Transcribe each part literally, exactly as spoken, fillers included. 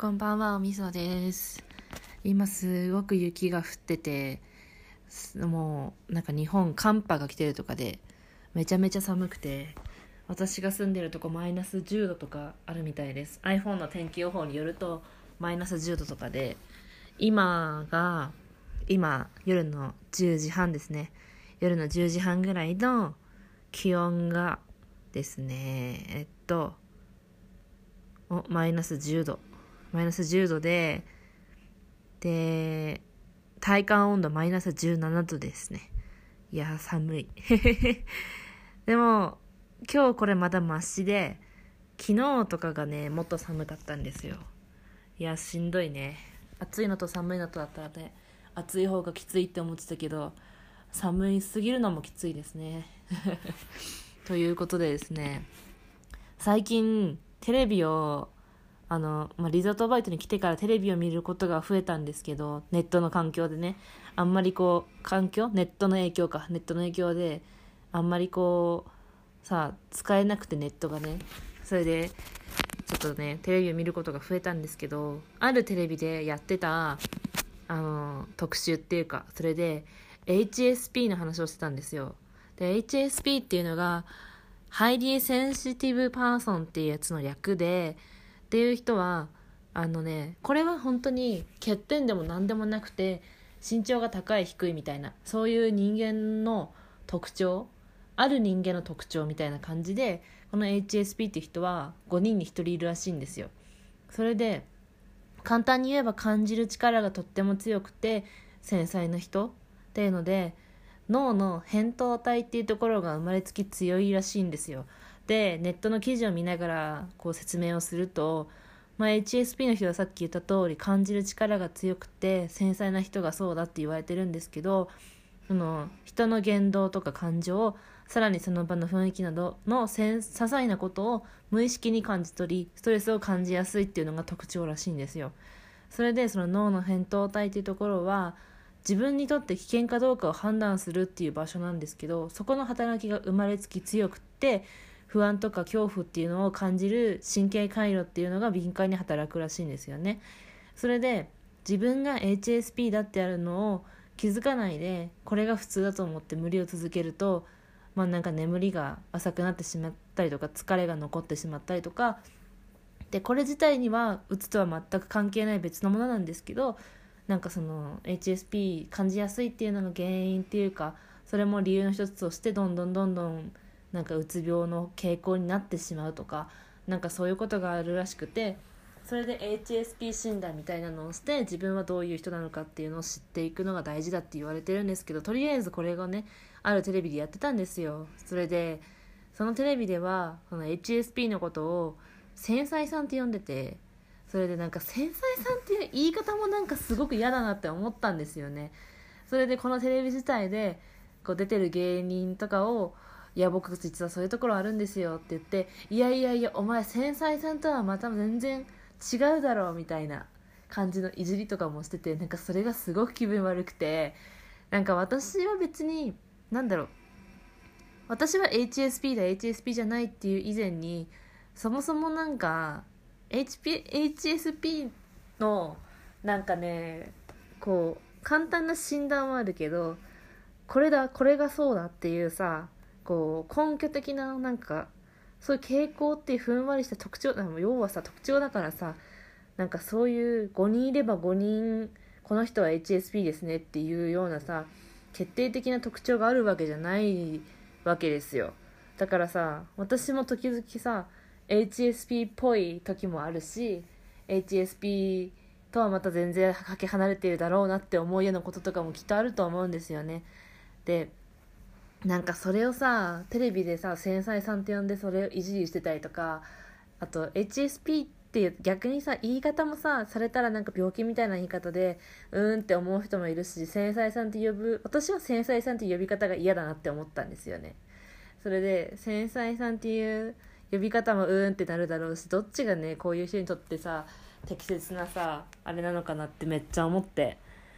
こんばんは、おみそです。今すごく雪が降ってて、もうなんか日本寒波が来てるとかでめちゃめちゃ寒くて、私が住んでるとこマイナスじゅうどとかあるみたいです。 iPhone の天気予報によるとマイナスじゅうどとかで、今が今夜のじゅうじはんですね。夜のじゅうじはんぐらいの気温がですねえっとおマイナスじゅうどマイナスじゅうどで、で、体感温度マイナスじゅうななどですね。いや、寒い。でも、今日これまだマシで、昨日とかがね、もっと寒かったんですよ。いや、しんどいね。暑いのと寒いのとだったらね、暑い方がきついって思ってたけど、寒いすぎるのもきついですね。ということでですね、最近、テレビを、あの、まあ、リゾートバイトに来てからテレビを見ることが増えたんですけど、ネットの環境でね、あんまりこう環境ネットの影響かネットの影響であんまりこうさ使えなくて、ネットがね、それでちょっとねテレビを見ることが増えたんですけど、あるテレビでやってたあの特集っていうか、それで エイチエスピー の話をしてたんですよ。で エイチエスピー っていうのがハイリーセンシティブパーソンっていうやつの略で、っていう人はあのね、これは本当に欠点でも何でもなくて、身長が高い低いみたいな、そういう人間の特徴、ある人間の特徴みたいな感じで、この エイチエスピー っていう人はごにんにひとりいるらしいんですよ。それで簡単に言えば感じる力がとっても強くて繊細な人っていうので、脳の扁桃体っていうところが生まれつき強いらしいんですよ。でネットの記事を見ながらこう説明をすると、まあ、エイチエスピー の人はさっき言った通り感じる力が強くて繊細な人がそうだって言われてるんですけど、その人の言動とか感情、さらにその場の雰囲気などの些細なことを無意識に感じ取り、ストレスを感じやすいっていうのが特徴らしいんですよ。それでその脳の扁桃体っていうところは自分にとって危険かどうかを判断するっていう場所なんですけど、そこの働きが生まれつき強くって、不安とか恐怖っていうのを感じる神経回路っていうのが敏感に働くらしいんですよね。それで自分が エイチエスピー だってあるのを気づかないで、これが普通だと思って無理を続けると、まあなんか眠りが浅くなってしまったりとか、疲れが残ってしまったりとかで、これ自体にはうつとは全く関係ない別のものなんですけど、なんかその エイチエスピー 感じやすいっていうのが原因っていうか、それも理由の一つとしてどんどんどんどんなんかうつ病の傾向になってしまうとか、なんかそういうことがあるらしくて、それで エイチエスピー 診断みたいなのをして自分はどういう人なのかっていうのを知っていくのが大事だって言われてるんですけど、とりあえずこれがねあるテレビでやってたんですよ。それでそのテレビではその エイチエスピー のことを繊細さんって呼んでて、それでなんか繊細さんっていう言い方もなんかすごく嫌だなって思ったんですよね。それでこのテレビ自体でこう出てる芸人とかを、いや僕実はそういうところあるんですよって言って、いやいやいやお前繊細さんとはまた全然違うだろうみたいな感じのいじりとかもしてて、なんかそれがすごく気分悪くて、なんか私は別になんだろう、私は エイチエスピー だ エイチエスピー じゃないっていう以前に、そもそもなんか エイチピー エイチエスピー のなんかね、こう簡単な診断はあるけど、これだこれがそうだっていうさ、こう根拠的ななんかそういう傾向っていうふんわりした特徴、要はさ特徴だからさ、なんかそういうごにんいればごにんこの人は エイチエスピー ですねっていうようなさ決定的な特徴があるわけじゃないわけですよ。だからさ、私も時々さ エイチエスピー っぽい時もあるし、 エイチエスピー とはまた全然かけ離れているだろうなって思うようなこととかもきっとあると思うんですよね。でなんかそれをさテレビでさ繊細さんって呼んでそれをいじりしてたりとか、あと エイチエスピー っていう逆にさ言い方もさされたらなんか病気みたいな言い方でうーんって思う人もいるし、繊細さんって呼ぶ、私は繊細さんって呼び方が嫌だなって思ったんですよね。それで繊細さんっていう呼び方もうーんってなるだろうし、どっちがねこういう人にとってさ適切なさあれなのかなってめっちゃ思って、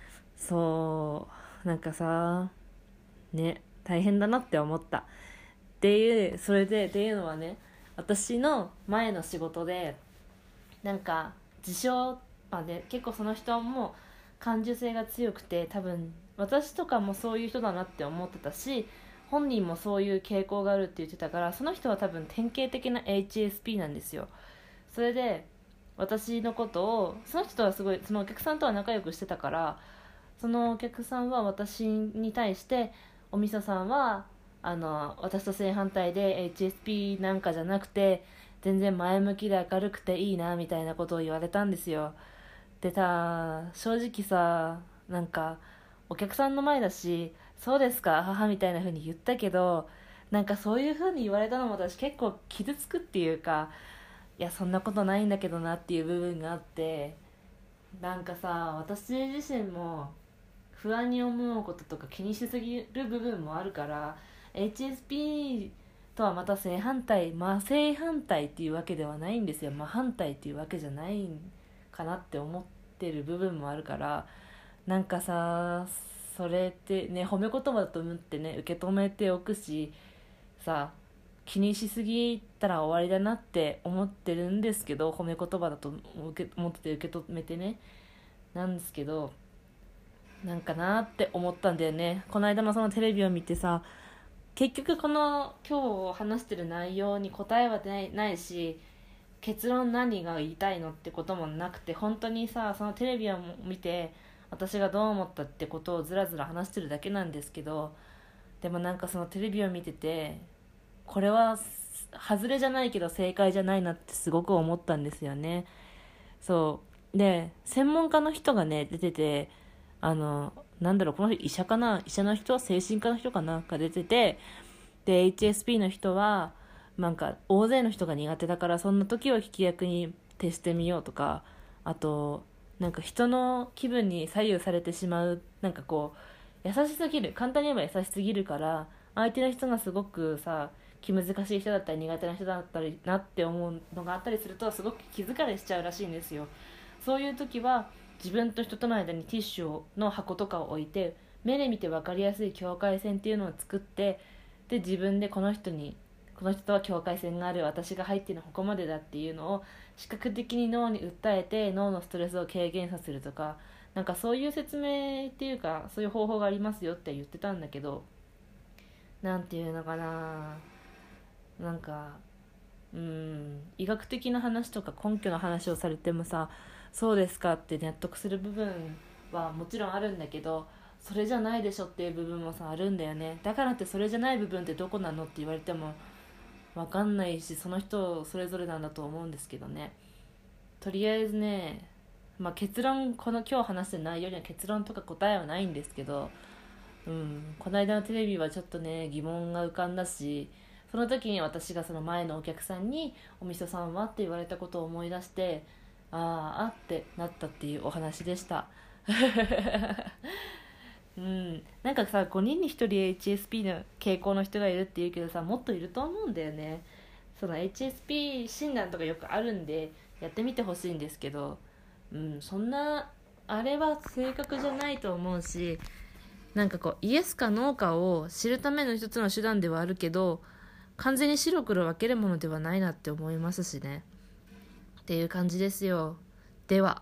そうなんかさね大変だなって思ったっていう、それでっていうのはね、私の前の仕事でなんか自称、まあね、結構その人も感受性が強くて、多分私とかもそういう人だなって思ってたし、本人もそういう傾向があるって言ってたから、その人は多分典型的な エイチエスピー なんですよ。それで私のことを、その人とはすごい、そのお客さんとは仲良くしてたから、そのお客さんは私に対して、おみそさんはあの私と正反対で エイチエスピー なんかじゃなくて全然前向きで明るくていいなみたいなことを言われたんですよ。でさ、正直さ、なんかお客さんの前だし、そうですか母みたいな風に言ったけど、なんかそういう風に言われたのも私結構傷つくっていうか、いやそんなことないんだけどなっていう部分があって、なんかさ、私自身も不安に思うこととか気にしすぎる部分もあるから、 エイチエスピー とはまた正反対、まあ正反対っていうわけではないんですよ。まあ反対っていうわけじゃないかなって思ってる部分もあるから、なんかさ、それってね、褒め言葉だと思ってね受け止めておくしさ、気にしすぎたら終わりだなって思ってるんですけど、褒め言葉だと受け思ってて受け止めてね、なんですけど、なんかなって思ったんだよね。この間のそのテレビを見てさ、結局この今日話してる内容に答えはない、ないし、結論何が言いたいのってこともなくて、本当にさ、そのテレビを見て私がどう思ったってことをずらずら話してるだけなんですけど、でもなんかそのテレビを見てて、これは外れじゃないけど正解じゃないなってすごく思ったんですよね。そうで、専門家の人がね出てて、あのなんだろう、この人医者かな、医者の人、精神科の人かなが出てて、で エイチエスピー の人はなんか大勢の人が苦手だから、そんな時は聞き役に徹してみようとか、あとなんか人の気分に左右されてしまう、なんかこう優しすぎる、簡単に言えば優しすぎるから、相手の人がすごくさ気難しい人だったり苦手な人だったりなって思うのがあったりすると、すごく気疲れしちゃうらしいんですよ。そういう時は自分と人との間にティッシュの箱とかを置いて、目で見て分かりやすい境界線っていうのを作って、で自分でこの人にこの人とは境界線がある、私が入っているのはここまでだっていうのを視覚的に脳に訴えて、脳のストレスを軽減させるとか、なんかそういう説明っていうか、そういう方法がありますよって言ってたんだけど、なんていうのかな、なんかうーん医学的な話とか根拠の話をされてもさ、そうですかって納得する部分はもちろんあるんだけど、それじゃないでしょっていう部分もさあるんだよね。だからってそれじゃない部分ってどこなのって言われても分かんないし、その人それぞれなんだと思うんですけどね。とりあえずね、まあ、結論、この今日話してる内容には結論とか答えはないんですけど、うん、この間のテレビはちょっとね疑問が浮かんだし、その時に私がその前のお客さんに「おみそさんは?」って言われたことを思い出して、あーあってなったっていうお話でしたうん、なんかさ、ごにんにひとり エイチエスピー の傾向の人がいるって言うけどさ、もっといると思うんだよね。その エイチエスピー 診断とかよくあるんでやってみてほしいんですけど、うん、そんなあれは正確じゃないと思うし、なんかこうイエスかノーかを知るための一つの手段ではあるけど、完全に白黒分けるものではないなって思いますしね、っていう感じですよ。では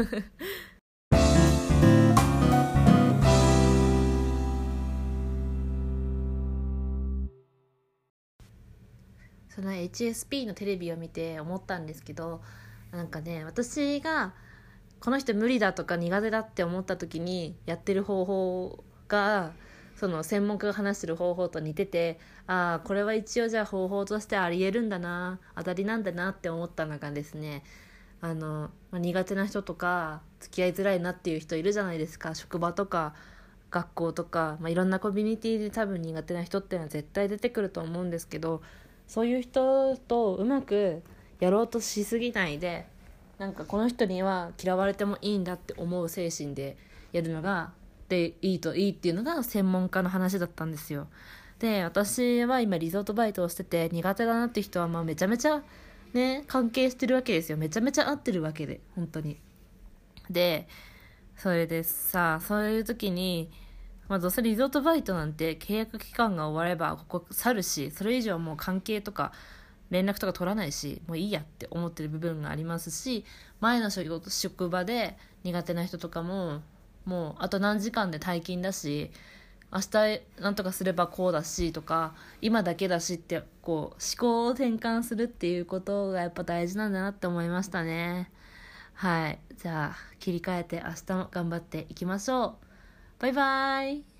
その エイチエスピー のテレビを見て思ったんですけど、なんかね、私がこの人無理だとか苦手だって思った時にやってる方法が、その専門家が話してる方法と似てて、ああこれは一応じゃあ方法としてありえるんだな、当たりなんだなって思ったのがですね、あの、まあ、苦手な人とか付き合いづらいなっていう人いるじゃないですか。職場とか学校とか、まあ、いろんなコミュニティで多分苦手な人っていうのは絶対出てくると思うんですけど、そういう人とうまくやろうとしすぎないで、なんかこの人には嫌われてもいいんだって思う精神でやるのがでいいといいっていうのが専門家の話だったんですよ。で、私は今リゾートバイトをしてて、苦手だなって人はまあめちゃめちゃね関係してるわけですよ。めちゃめちゃ合ってるわけで、本当に。で、それでさ、そういう時に、まあ、どうせリゾートバイトなんて契約期間が終わればここ去るし、それ以上もう関係とか連絡とか取らないし、もういいやって思ってる部分がありますし、前の仕事職場で苦手な人とかも、もうあと何時間で退勤だし、明日なんとかすればこうだしとか、今だけだしってこう思考を転換するっていうことがやっぱ大事なんだなって思いましたね。はい、じゃあ切り替えて明日も頑張っていきましょう。バイバイ。